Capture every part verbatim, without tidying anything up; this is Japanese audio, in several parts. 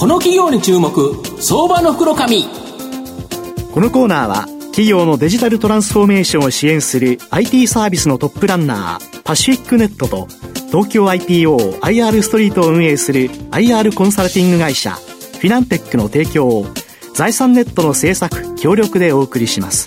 この企業に注目、相場の福の神。 このコーナーは企業のデジタルトランスフォーメーションを支援する アイティー サービスのトップランナーパシフィックネットと東京 アイピーオー アイアール ストリートを運営する アイアール コンサルティング会社フィナンテックの提供を財産ネットの制作協力でお送りします。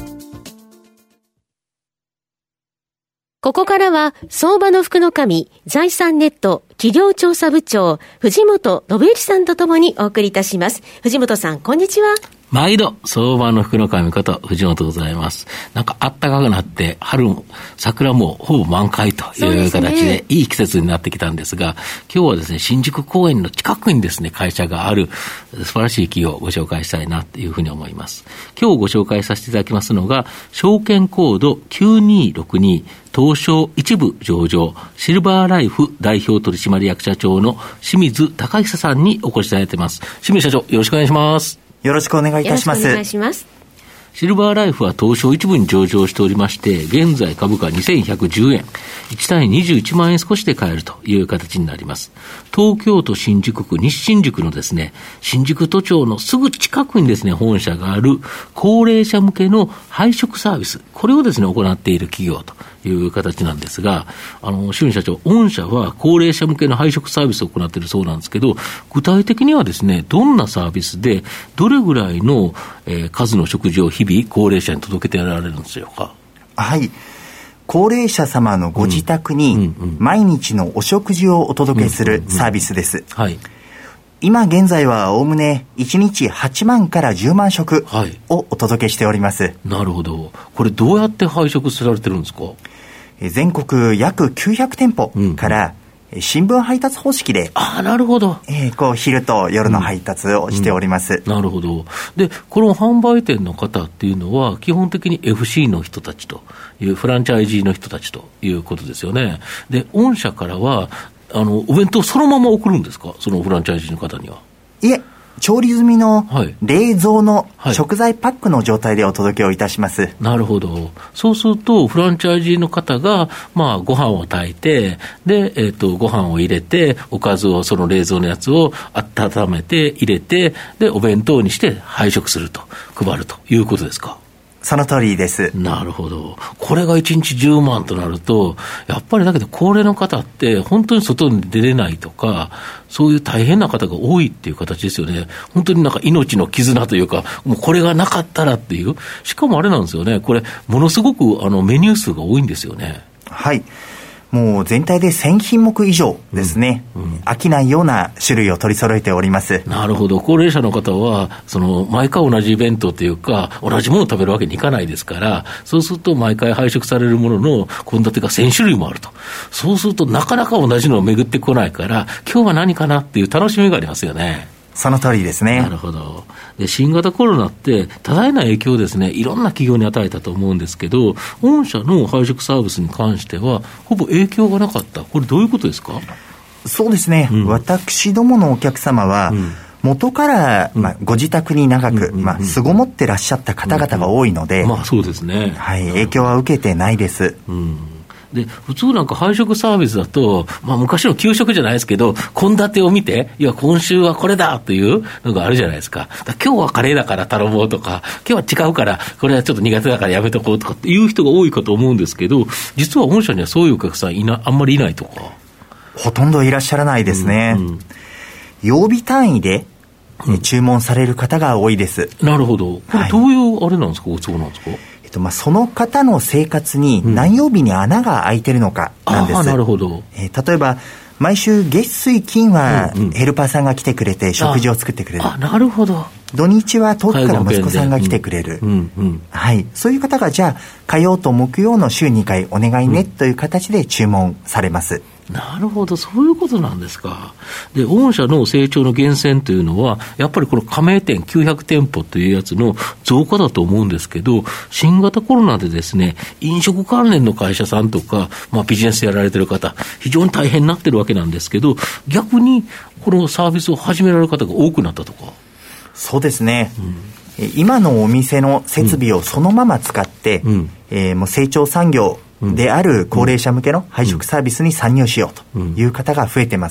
ここからは相場の福の神財産ネット企業調査部長藤本信之さんとともにお送りいたします。藤本さん、こんにちは。 毎度相場の福の神こと藤本でございます。なんか暖かくなって春も桜もほぼ満開という形で、ね、いい季節になってきたんですが、今日はですね新宿公園の近くにですね会社がある素晴らしい企業をご紹介したいなというふうに思います。今日ご紹介させていただきますのが証券コードきゅうにろくに東証一部上場シルバーライフ代表取締役社長の清水隆久さんにお越しいただいています。清水社長、よろしくお願いします。 よろしくお願いいたします。 よろしくお願いします。 シルバーライフは東証一部に上場しておりまして、現在株価にせんひゃくじゅうえん、いち単位にじゅういちまんえん少しで買えるという形になります。東京都新宿区西新宿のですね、新宿都庁のすぐ近くにですね、本社がある高齢者向けの配食サービス、これをですね、行っている企業という形なんですが、あの、清水社長、御社は高齢者向けの配食サービスを行っているそうなんですけど、具体的にはですね、どんなサービスで、どれぐらいの、えー、数の食事を日々高齢者に届けてられるんでしょうか。 はい。高齢者様のご自宅に毎日のお食事をお届けするサービスです。 はい。 今現在はおおむねいちにちはちまんからじゅうまん食をお届けしております。はい、 なるほど。これどうやって配食されてるんですか。 全国約きゅうひゃくてんぽから新聞配達方式で、 ああ、なるほど、 えー、こう昼と夜の配達をしております、 うんうん、なるほど。でこの販売店の方っていうのは基本的に エフシー の人たちというフランチャイジーの人たちということですよね。で御社からはあのお弁当そのまま送るんですか、そのフランチャイジーの方には。 いえ、調理済みの冷蔵の食材パックの状態でお届けをいたします、はいはい、 なるほど。そうするとフランチャイジーの方が、まあ、ご飯を炊いてで、えーと、ご飯を入れておかずをその冷蔵のやつを温めて入れてでお弁当にして配食すると配るということですか。 その通りです。 なるほど。これがいちにちじゅうまんとなるとやっぱりだけど高齢の方って本当に外に出れないとかそういう大変な方が多いっていう形ですよね。本当になんか命の絆というかもうこれがなかったらっていう。しかもあれなんですよね、これものすごくあのメニュー数が多いんですよね。 はい、もう全体でせんひんもく以上ですね、うんうん、飽きないような種類を取り揃えております。 なるほど。高齢者の方はその毎回同じイベントというか同じものを食べるわけにいかないですから、そうすると毎回配食されるものの献立がせんしゅるいもあると。そうするとなかなか同じのを巡ってこないから今日は何かなっていう楽しみがありますよね。 その通りですね。 なるほど。で新型コロナって多大な影響をですねいろんな企業に与えたと思うんですけど、御社の配食サービスに関してはほぼ影響がなかった。これどういうことですか。 そうですね、うん、私どものお客様は、うん元から、まあ、ご自宅に長く、まあ、巣ごもってらっしゃった方々が多いので、 まあそうですね、 はい、影響は受けてないです、 うん、で普通なんか配食サービスだと、まあ、昔の給食じゃないですけど献立を見ていや今週はこれだというのがあるじゃないですか。だから今日はカレーだから頼もうとか今日は違うからこれはちょっと苦手だからやめとこうとかっていう人が多いかと思うんですけど、実は御社にはそういうお客さんいなあんまりいないとか。 ほとんどいらっしゃらないですね、うんうん、曜日単位で注文される方が多いです、 うん、なるほど。これどういうあれなんですか、はい、そうなんですか。 えっとまあ、その方の生活に何曜日に穴が開いてるのかなんです、 うん、あなるほど、 えー、例えば毎週月水金はヘルパーさんが来てくれて食事を作ってくれる、 ああなるほど。 土日は遠くから息子さんが来てくれる、うんうん、はい、そういう方がじゃあ火曜と木曜の週にかいお願いね、うん、という形で注文されます。 なるほど、そういうことなんですか。で御社の成長の源泉というのはやっぱりこの加盟店きゅうひゃくてんぽというやつの増加だと思うんですけど、新型コロナでですね飲食関連の会社さんとか、まあ、ビジネスやられてる方非常に大変になってるわけなんですけど、逆にこのサービスを始められる方が多くなったとか。 そうですね、うん、今のお店の設備をそのまま使って、うんえー、もう成長産業である高齢者向けの配食サービスに参入しようという方が増えてます。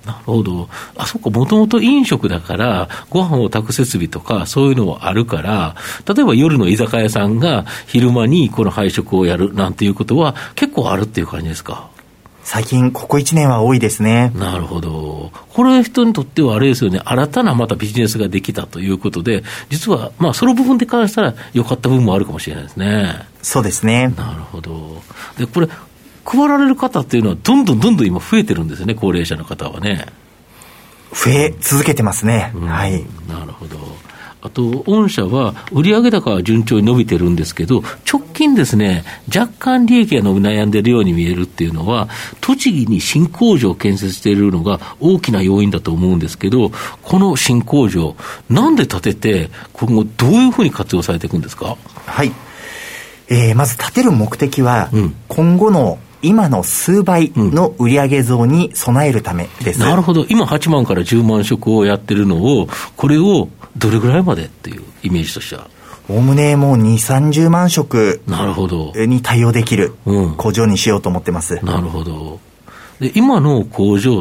なるほど。あ、そっか、もともと飲食だから、ご飯を炊く設備とか、そういうのもあるから、例えば夜の居酒屋さんが昼間にこの配食をやるなんていうことは結構あるっていう感じですか？ 最近、ここいちねんは多いですね。 なるほど。これ人にとってはあれですよね、新たなまたビジネスができたということで、実は、まあ、その部分で関したら良かった部分もあるかもしれないですね。 そうですね。 なるほど。で、これ、配られる方っていうのは、どんどんどんどん今増えてるんですよね、高齢者の方はね。 増え続けてますね。 うん、 はい。 なるほど。あと、御社は売上高は順調に伸びてるんですけど、直近ですね、若干利益が伸び悩んでいるように見えるっていうのは、栃木に新工場を建設しているのが大きな要因だと思うんですけど、この新工場、なんで建てて、今後どういうふうに活用されていくんですか？ はい。えー、まず建てる目的は、うん、今後の今の数倍の売上増に備えるためです、 うん、なるほど。今はちまんからじゅうまん食をやってるのを、これをどれぐらいまでっていうイメージとしては、 おおむねもうにじゅう、さんじゅうまん食に対応できる工場にしようと思ってます。 うん、なるほど。で、今の工場って、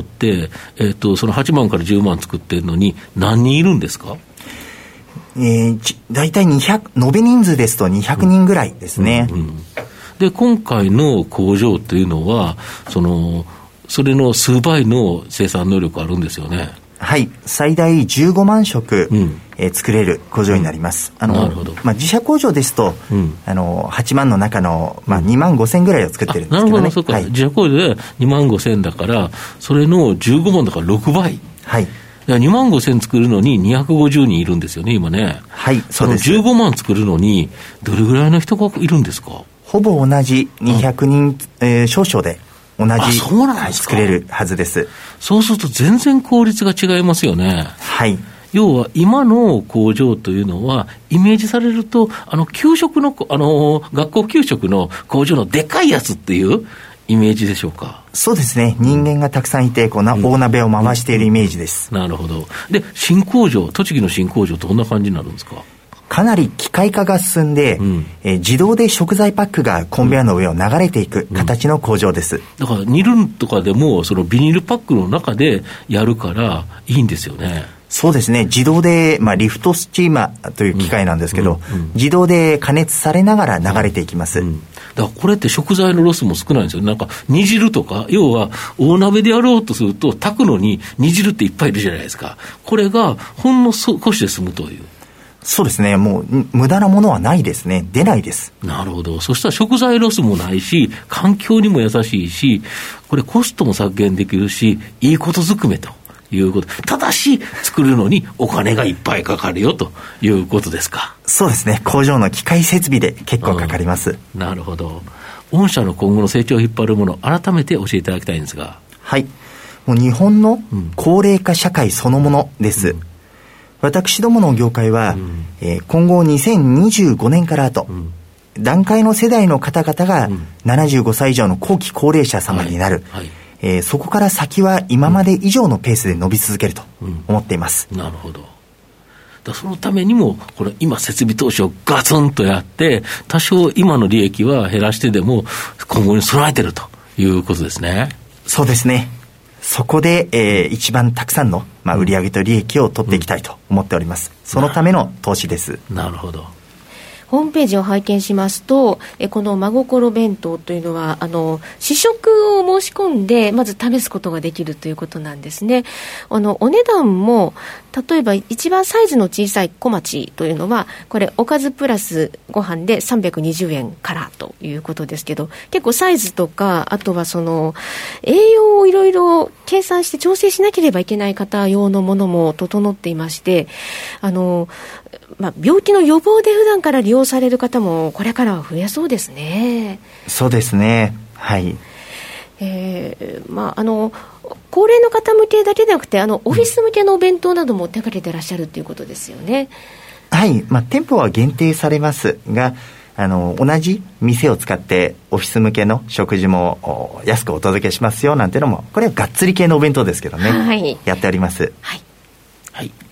えーと、そのはちまんからじゅうまん作ってるのに何人いるんですか？ えー、だいたいにひゃく、延べ人数ですとにひゃくにんぐらいですね。 うんうんうん、で、今回の工場というのは、その、それの数倍の生産能力あるんですよね。 はい、最大じゅうごまん食、うんえー、作れる工場になります。あのなるほど。 まあ、自社工場ですと、うん、あのはちまんの中の、まあ、にまんごせんぐらいを作ってるんですけどね。 なるほど、そうか、はい、自社工場でにまんごせんだから、それのじゅうごまんだからろくばい。 はい。 にまんごせん作るのににひゃくごじゅうにんいるんですよね、今ね。 はい、そうです。 じゅうごまん作るのに、どれぐらいの人がいるんですか？ ほぼ同じにひゃくにん、うんえー、少々で。同じ、はい、作れるはずです。 そうすると全然効率が違いますよね。 はい。 要は今の工場というのはイメージされると、あの給食の、あの学校給食の工場のでかいやつっていうイメージでしょうか？ そうですね。人間がたくさんいて、こうな、うん、大鍋を回しているイメージです、 うん。なるほど。で、新工場、栃木の新工場どんな感じになるんですか？ かなり機械化が進んで、うんえー、自動で食材パックがコンベヤーの上を流れていく形の工場です、うん、 だから煮るとかでもそのビニールパックの中でやるからいいんですよね。 そうですね。自動で、まあ、リフトスチーマーという機械なんですけど、うんうんうん、自動で加熱されながら流れていきます、うん、 だからこれって食材のロスも少ないんですよ。なんか煮汁とか、要は大鍋でやろうとすると炊くのに煮汁っていっぱいいるじゃないですか。これがほんの少しで済むという。 そうですね。もう無駄なものはないですね。出ないです。 なるほど。そしたら食材ロスもないし、環境にも優しいし、これコストも削減できるし、いいことずくめということ。ただし作るのにお金がいっぱいかかるよということですか？ そうですね。工場の機械設備で結構かかります、 うん、なるほど。御社の今後の成長を引っ張るもの、改めて教えていただきたいんですが。 はい。もう日本の高齢化社会そのものです、うんうん。私どもの業界は、うんえー、今後にせんにじゅうごねんから後、うん、段階の世代の方々がななじゅうごさい以上の後期高齢者様になる、はいはいえー、そこから先は今まで以上のペースで伸び続けると思っています、 うん、なるほど。だそのためにもこれ今設備投資をガツンとやって多少今の利益は減らしてでも今後に備えてるということですね。 そうですね。そこで、えー、一番たくさんの、まあ、売上と利益を取っていきたいと思っております、うん、そのための投資です。 なるほど。 ホームページを拝見しますと、えこの真心弁当というのはあの試食を申し込んでまず試すことができるということなんですね。あのお値段も例えば一番サイズの小さい小町というのはこれおかずプラスご飯でさんびゃくにじゅうえんからということですけど、結構サイズとかあとはその栄養をいろいろ計算して調整しなければいけない方用のものも整っていまして、あのまあ、病気の予防で普段から利用される方もこれからは増えそうですね。 そうですね。はい。 えーまあ、あの高齢の方向けだけでなくてあのオフィス向けのお弁当なども手掛けてらっしゃるということですよね。 はい、まあ、店舗は限定されますが、あの同じ店を使ってオフィス向けの食事も安くお届けしますよなんていうのも、これはがっつり系のお弁当ですけどね、はい、やっております。 はい、はい。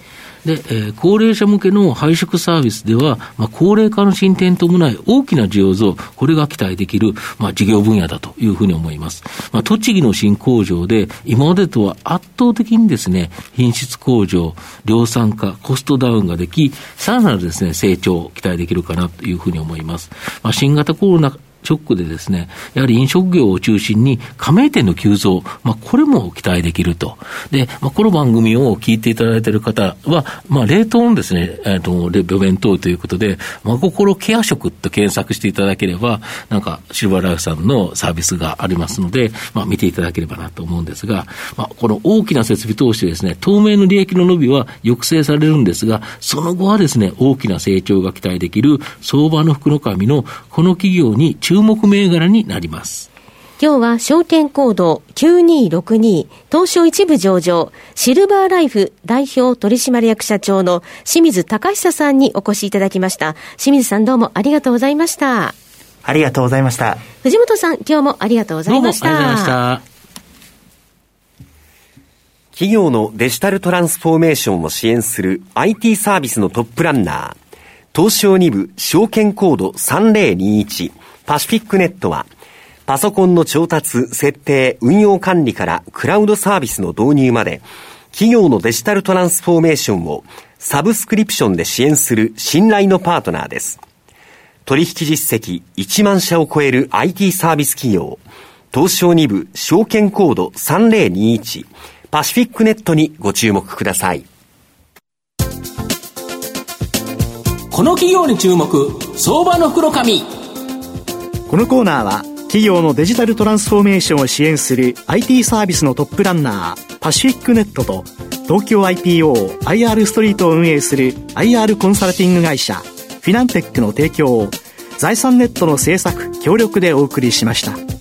で、えー、高齢者向けの配食サービスでは、まあ、高齢化の進展に伴い大きな需要増、これが期待できる、まあ、事業分野だというふうに思います。まあ、栃木の新工場で今までとは圧倒的にですね、品質向上、量産化、コストダウンができ、さらなるですね、成長を期待できるかなというふうに思います。まあ、新型コロナショックでですね、やはり飲食業を中心に加盟店の急増、まあ、これも期待できると。で、まあ、この番組を聞いていただいている方は、まあ、冷凍のですね、えっと、お弁当ということで、真心ケア食と検索していただければ、なんか、シルバーライフさんのサービスがありますので、まあ、見ていただければなと思うんですが、まあ、この大きな設備投資でですね、当面の利益の伸びは抑制されるんですが、その後はですね、大きな成長が期待できる相場の福の神のこの企業に注目銘柄になります。 今日は証券コードきゅうにろくに東証一部上場シルバーライフ代表取締役社長の清水隆久さんにお越しいただきました。清水さん、どうもありがとうございました。 ありがとうございました。 藤本さん、今日もありがとうございました。 どうもありがとうございました。 企業のデジタルトランスフォーメーションを支援する アイティー サービスのトップランナー、東証に部証券コードさんぜろにいちパシフィックネットは、パソコンの調達、設定、運用管理からクラウドサービスの導入まで、企業のデジタルトランスフォーメーションをサブスクリプションで支援する信頼のパートナーです。取引実績いちまん社を超える アイティー サービス企業、東証に部証券コードさんぜろにいちパシフィックネットにご注目ください。 この企業に注目、相場の福の神。 このコーナーは企業のデジタルトランスフォーメーションを支援する アイティー サービスのトップランナーパシフィックネットと東京 アイピーオー アイアール ストリートを運営する アイアール コンサルティング会社フィナンテックの提供を財産ネットの制作協力でお送りしました。